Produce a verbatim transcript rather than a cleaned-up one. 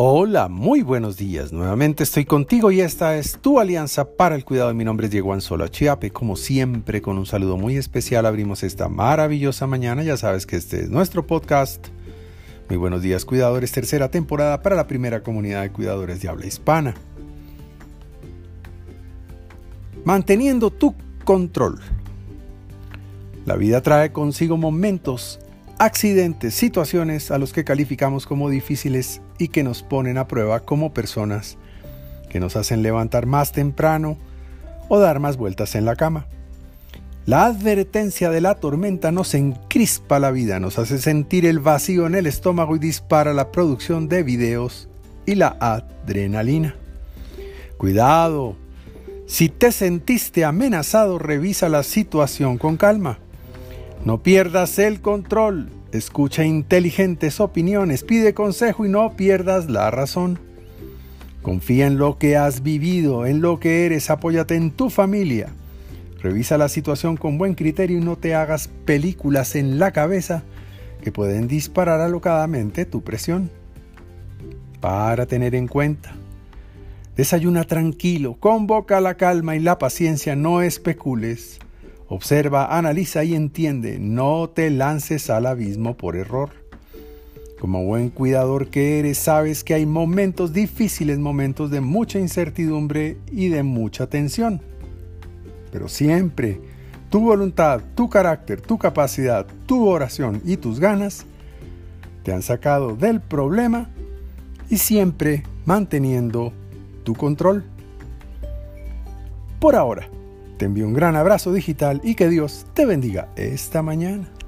Hola, muy buenos días. Nuevamente estoy contigo y esta es tu alianza para el cuidado. Mi nombre es Diego Anzola Chiape. Como siempre, con un saludo muy especial abrimos esta maravillosa mañana. Ya sabes que este es nuestro podcast. Muy buenos días, cuidadores. Tercera temporada para la primera comunidad de cuidadores de habla hispana. Manteniendo tu control. La vida trae consigo momentos, accidentes, situaciones a los que calificamos como difíciles y que nos ponen a prueba como personas, que nos hacen levantar más temprano o dar más vueltas en la cama. La advertencia de la tormenta nos encrispa la vida, nos hace sentir el vacío en el estómago y dispara la producción de videos y la adrenalina. Cuidado, si te sentiste amenazado, revisa la situación con calma. No pierdas el control, escucha inteligentes opiniones, pide consejo y no pierdas la razón. Confía en lo que has vivido, en lo que eres, apóyate en tu familia. Revisa la situación con buen criterio y no te hagas películas en la cabeza que pueden disparar alocadamente tu presión. Para tener en cuenta, desayuna tranquilo, convoca la calma y la paciencia, no especules. Observa, analiza y entiende, no te lances al abismo por error. Como buen cuidador que eres, sabes que hay momentos difíciles, momentos de mucha incertidumbre y de mucha tensión. Pero siempre, tu voluntad, tu carácter, tu capacidad, tu oración y tus ganas te han sacado del problema y siempre manteniendo tu control. Por ahora, te envío un gran abrazo digital y que Dios te bendiga esta mañana.